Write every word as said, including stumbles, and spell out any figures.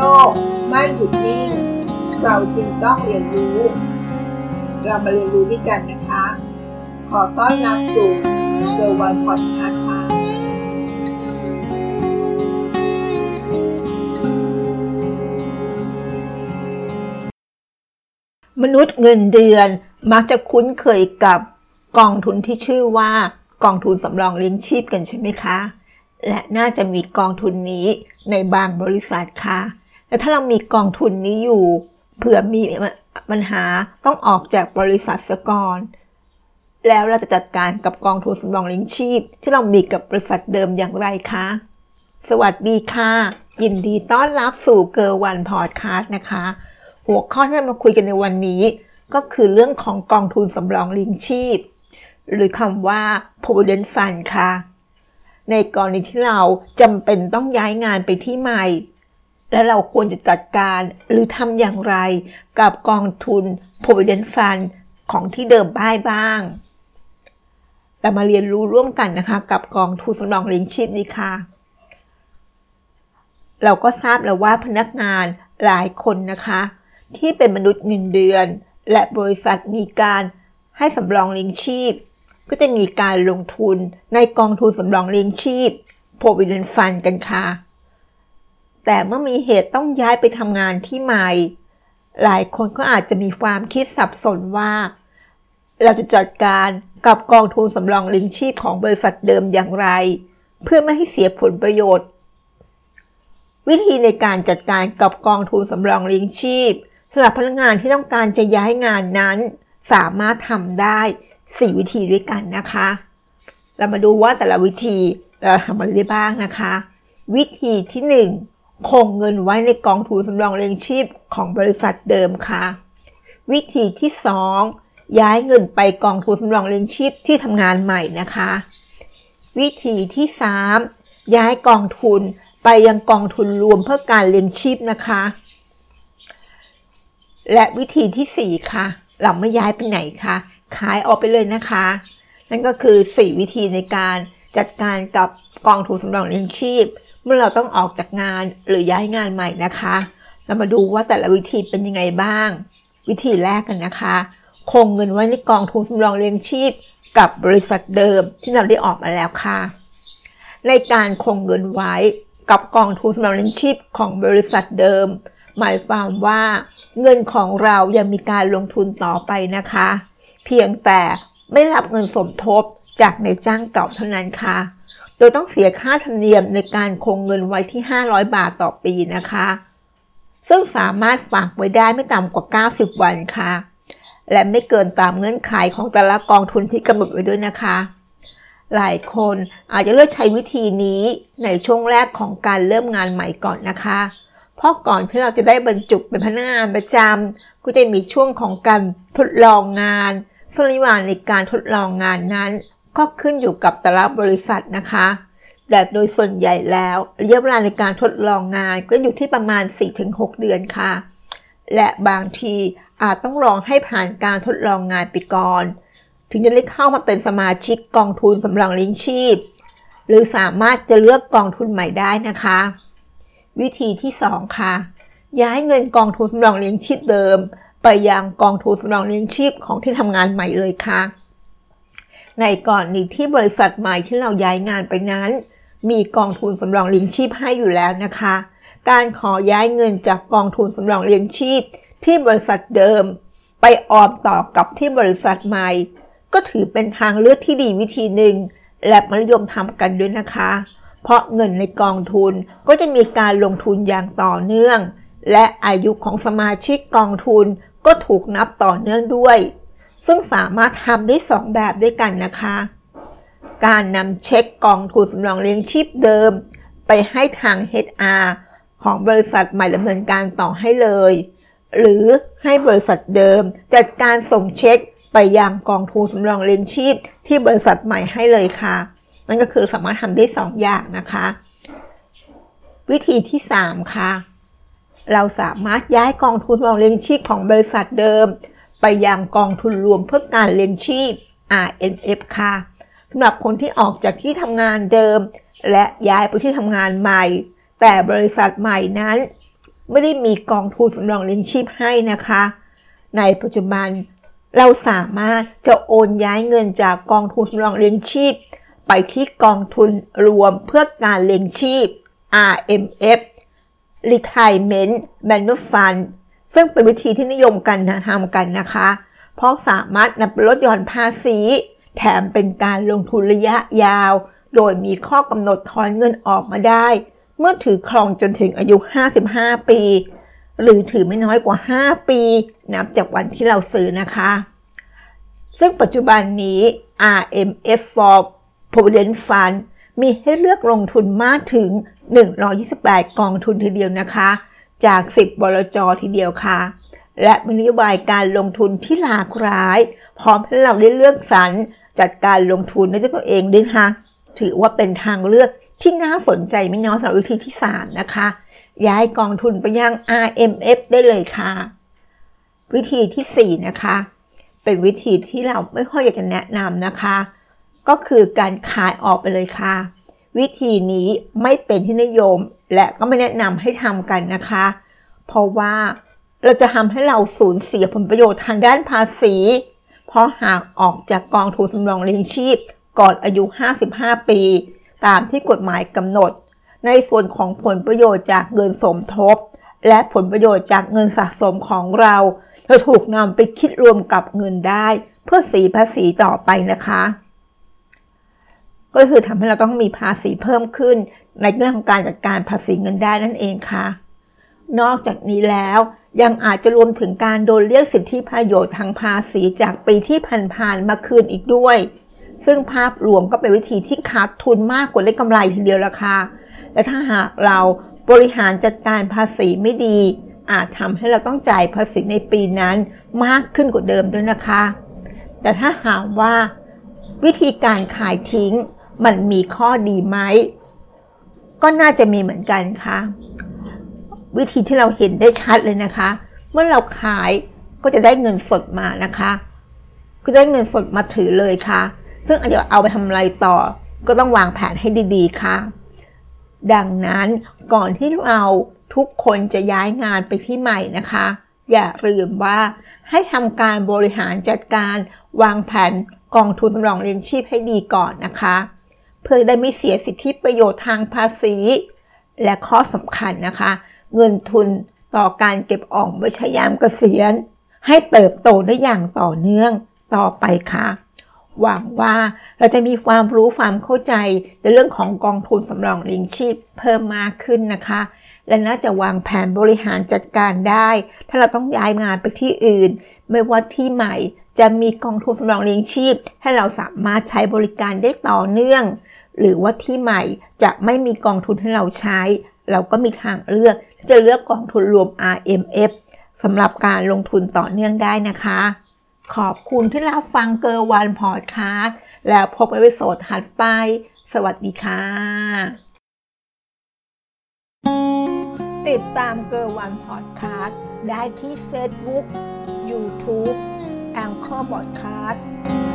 ลกไม่หยุดนิ่งเราจึงต้องเรียนรู้เรามาเรียนรู้ด้วยกันนะคะขอต้อนรับสู่เซอร์วันพอดคาสต์ค่ะมนุษย์เงินเดือนมักจะคุ้นเคยกับกองทุนที่ชื่อว่ากองทุนสำรองเลี้ยงชีพกันใช่ไหมคะและน่าจะมีกองทุนนี้ในบางบริษัทค่ะและถ้าเรามีกองทุนนี้อยู่เผื่อมีปัญหาต้องออกจากบริษัทซะก่อนแล้วเราจะจัดการกับกองทุนสำรองเลี้ยงชีพที่เรามีกับบริษัทเดิมอย่างไรคะสวัสดีค่ะยินดีต้อนรับสู่เกอร์วันพอดคาสต์นะคะหัวข้อที่เรามาคุยกันในวันนี้ก็คือเรื่องของกองทุนสำรองเลี้ยงชีพหรือคำว่า provident fund ค่ะในกรณีที่เราจำเป็นต้องย้ายงานไปที่ใหม่และเราควรจะจัดการหรือทำอย่างไรกับกองทุน provident fund ของที่เดิมบ้างบ้างเรามาเรียนรู้ร่วมกันนะคะกับกองทุนสำรองเลี้ยงชีพนี้ค่ะเราก็ทราบแล้วว่าพนักงานหลายคนนะคะที่เป็นมนุษย์เงินเดือนและบริษัทมีการให้สำรองเลี้ยงชีพก็จะมีการลงทุนในกองทุนสำรองเลี้ยงชีพ Provident Fund กันค่ะแต่เมื่อมีเหตุต้องย้ายไปทำงานที่ใหม่หลายคนก็อาจจะมีความคิดสับสนว่าเราจะจัดการกับกองทุนสำรองเลี้ยงชีพของบริษัทเดิมอย่างไรเพื่อไม่ให้เสียผลประโยชน์วิธีในการจัดการกับกองทุนสำรองเลี้ยงชีพสำหรับพนักงานที่ต้องการจะย้ายงานนั้นสามารถทำได้สี่วิธีด้วยกันนะคะเรามาดูว่าแต่ละวิธีเราทำอะไรได้บ้างนะคะวิธีที่หนึ่งคงเงินไว้ในกองทุนสำรองเลี้ยงชีพของบริษัทเดิมค่ะวิธีที่สองย้ายเงินไปกองทุนสำรองเลี้ยงชีพที่ทำงานใหม่นะคะวิธีที่สามย้ายกองทุนไปยังกองทุนรวมเพื่อการเลี้ยงชีพนะคะและวิธีที่สี่ค่ะเราไม่ย้ายไปไหนค่ะขายออกไปเลยนะคะนั่นก็คือสี่วิธีในการจัดการกับกองทุนสำรองเลี้ยงชีพเมื่อเราต้องออกจากงานหรือย้ายงานใหม่นะคะเรามาดูว่าแต่ละวิธีเป็นยังไงบ้างวิธีแรกกันนะคะคงเงินไว้ในกองทุนสำรองเลี้ยงชีพกับบริษัทเดิมที่เราได้ออกมาแล้วค่ะในการคงเงินไว้กับกองทุนสำรองเลี้ยงชีพของบริษัทเดิมหมายความว่าเงินของเรายังมีการลงทุนต่อไปนะคะเพียงแต่ไม่รับเงินสมทบจากนายจ้างเก่าเท่านั้นค่ะโดยต้องเสียค่าธรรมเนียมในการคงเงินไว้ที่ห้าร้อยบาทต่อปีนะคะซึ่งสามารถฝากไว้ได้ไม่ต่ำกว่าเก้าสิบวันค่ะและไม่เกินตามเงื่อนไขของแต่ละกองทุนที่กำหนดไว้ด้วยนะคะหลายคนอาจจะเลือกใช้วิธีนี้ในช่วงแรกของการเริ่มงานใหม่ก่อนนะคะเพราะก่อนที่เราจะได้บรรจุเป็นพนักงานประจำก็จะมีช่วงของการทดลองงานซึ่งระยะเวลาในการทดลองงานนั้นก็ขึ้นอยู่กับแต่ละบริษัทนะคะแต่โดยส่วนใหญ่แล้วระยะเวลาในการทดลองงานก็อยู่ที่ประมาณ สี่ถึงหก เดือนค่ะและบางทีอาจต้องรอให้ผ่านการทดลองงานไปก่อนถึงจะได้เข้ามาเป็นสมาชิกกองทุนสำรองเลี้ยงชีพหรือสามารถจะเลือกกองทุนใหม่ได้นะคะวิธีที่สองค่ะย้ายเงินกองทุนสำรองเลี้ยงชีพเดิมไปยังกองทุนสำรองเลี้ยงชีพของที่ทำงานใหม่เลยค่ะในกรณีที่บริษัทใหม่ที่เราย้ายงานไปนั้นมีกองทุนสำรองเลี้ยงชีพให้อยู่แล้วนะคะการขอย้ายเงินจากกองทุนสำรองเลี้ยงชีพที่บริษัทเดิมไปออมต่อกับที่บริษัทใหม่ก็ถือเป็นทางเลือกที่ดีวิธีหนึ่งและนิยมทำกันด้วยนะคะเพราะเงินในกองทุนก็จะมีการลงทุนอย่างต่อเนื่องและอายุของสมาชิกกองทุนก็ถูกนับต่อเนื่องด้วยซึ่งสามารถทำได้สองแบบด้วยกันนะคะการนำเช็คกองทุนสำรองเลี้ยงชีพเดิมไปให้ทาง เอช อาร์ ของบริษัทใหม่ดำเนินการต่อให้เลยหรือให้บริษัทเดิมจัดการส่งเช็คไปยังกองทุนสำรองเลี้ยงชีพที่บริษัทใหม่ให้เลยค่ะนั่นก็คือสามารถทำได้สองอย่างนะคะวิธีที่สามค่ะเราสามารถย้ายกองทุนสำรองเลี้ยงชีพของบริษัทเดิมไปยังกองทุนรวมเพื่อการเลี้ยงชีพ อาร์ เอ็ม เอฟ ค่ะสำหรับคนที่ออกจากที่ทำงานเดิมและย้ายไปที่ทำงานใหม่แต่บริษัทใหม่นั้นไม่ได้มีกองทุนสำรองเลี้ยงชีพให้นะคะในปัจจุบันเราสามารถจะโอนย้ายเงินจากกองทุนสำรองเลี้ยงชีพไปที่กองทุนรวมเพื่อการเลี้ยงชีพ อาร์ เอ็ม เอฟ Retirement Benefit Fund ซึ่งเป็นวิธีที่นิยมกันทำกันนะคะเพราะสามารถนำไปลดหย่อนภาษีแถมเป็นการลงทุนระยะยาวโดยมีข้อกำหนดถอนเงินออกมาได้เมื่อถือครองจนถึงอายุห้าสิบห้าปีหรือถือไม่น้อยกว่าห้าปีนับจากวันที่เราซื้อนะคะซึ่งปัจจุบันนี้ อาร์ เอ็ม เอฟ for Provident Fund มีให้เลือกลงทุนมากถึงหนึ่งร้อยยี่สิบแปดกองทุนทีเดียวนะคะจากสิบบลจ.ทีเดียวค่ะและมีนโยบายการลงทุนที่หลากหลายพร้อมให้เราได้เลือกสรรจัดการลงทุนด้วยตัวเองด้วยค่ะถือว่าเป็นทางเลือกที่น่าสนใจไม่น้อยสำหรับวิธีที่สามนะคะย้ายกองทุนไปยัง อาร์ เอ็ม เอฟ ได้เลยค่ะวิธีที่สี่นะคะเป็นวิธีที่เราไม่ค่อยอยากจะแนะนำนะคะก็คือการขายออกไปเลยค่ะวิธีนี้ไม่เป็นที่นิยมและก็ไม่แนะนำให้ทำกันนะคะเพราะว่าเราจะทำให้เราสูญเสียผลประโยชน์ทางด้านภาษีเพราะหากออกจากกองทุนสำรองเลี้ยงชีพก่อนอายุห้าสิบห้าปีตามที่กฎหมายกำหนดในส่วนของผลประโยชน์จากเงินสมทบและผลประโยชน์จากเงินสะสมของเราจะถูกนำไปคิดรวมกับเงินได้เพื่อเสียภาษีต่อไปนะคะก็คือทำให้เราต้องมีภาษีเพิ่มขึ้นในเรื่องของการจัดการภาษีเงินได้นั่นเองค่ะนอกจากนี้แล้วยังอาจจะรวมถึงการโดนเรียกสิทธิประโยชน์ทางภาษีจากปีที่ผ่านๆมาคืนอีกด้วยซึ่งภาพรวมก็เป็นวิธีที่ขาดทุนมากกว่าได้กำไรทีเดียวละค่ะและถ้าหากเราบริหารจัดการภาษีไม่ดีอาจทำให้เราต้องจ่ายภาษีในปีนั้นมากขึ้นกว่าเดิมด้วยนะคะแต่ถ้าหากว่าวิธีการขายทิ้งมันมีข้อดีไหมก็น่าจะมีเหมือนกันค่ะวิธีที่เราเห็นได้ชัดเลยนะคะเมื่อเราขายก็จะได้เงินสดมานะคะก็ได้เงินสดมาถือเลยค่ะซึ่งอาจจะเอาไปทำอะไรต่อก็ต้องวางแผนให้ดีๆค่ะดังนั้นก่อนที่เราทุกคนจะย้ายงานไปที่ใหม่นะคะอย่าลืมว่าให้ทำการบริหารจัดการวางแผนกองทุนสำรองเลี้ยงชีพให้ดีก่อนนะคะเพื่อได้ไม่เสียสิทธิประโยชน์ทางภาษีและข้อสำคัญนะคะเงินทุนต่อการเก็บออมไว้ใช้ยามเกษียณให้เติบโตได้อย่างต่อเนื่องต่อไปค่ะหวังว่าเราจะมีความรู้ความเข้าใจในเรื่องของกองทุนสำรองเลี้ยงชีพเพิ่มมากขึ้นนะคะและน่าจะวางแผนบริหารจัดการได้ถ้าเราต้องย้ายงานไปที่อื่นไม่ว่าที่ใหม่จะมีกองทุนสำรองเลี้ยงชีพให้เราสามารถใช้บริการได้ต่อเนื่องหรือว่าที่ใหม่จะไม่มีกองทุนให้เราใช้เราก็มีทางเลือกที่จะเลือกกองทุนรวม อาร์ เอ็ม เอฟ สำหรับการลงทุนต่อเนื่องได้นะคะขอบคุณที่รับฟังเกอร์วันพอดคาสต์แล้วพบกันในวิดีโอถัดไปสวัสดีค่ะติดตามเกอร์วันพอดคาสต์ได้ที่ Facebook YouTube Anchor Podcast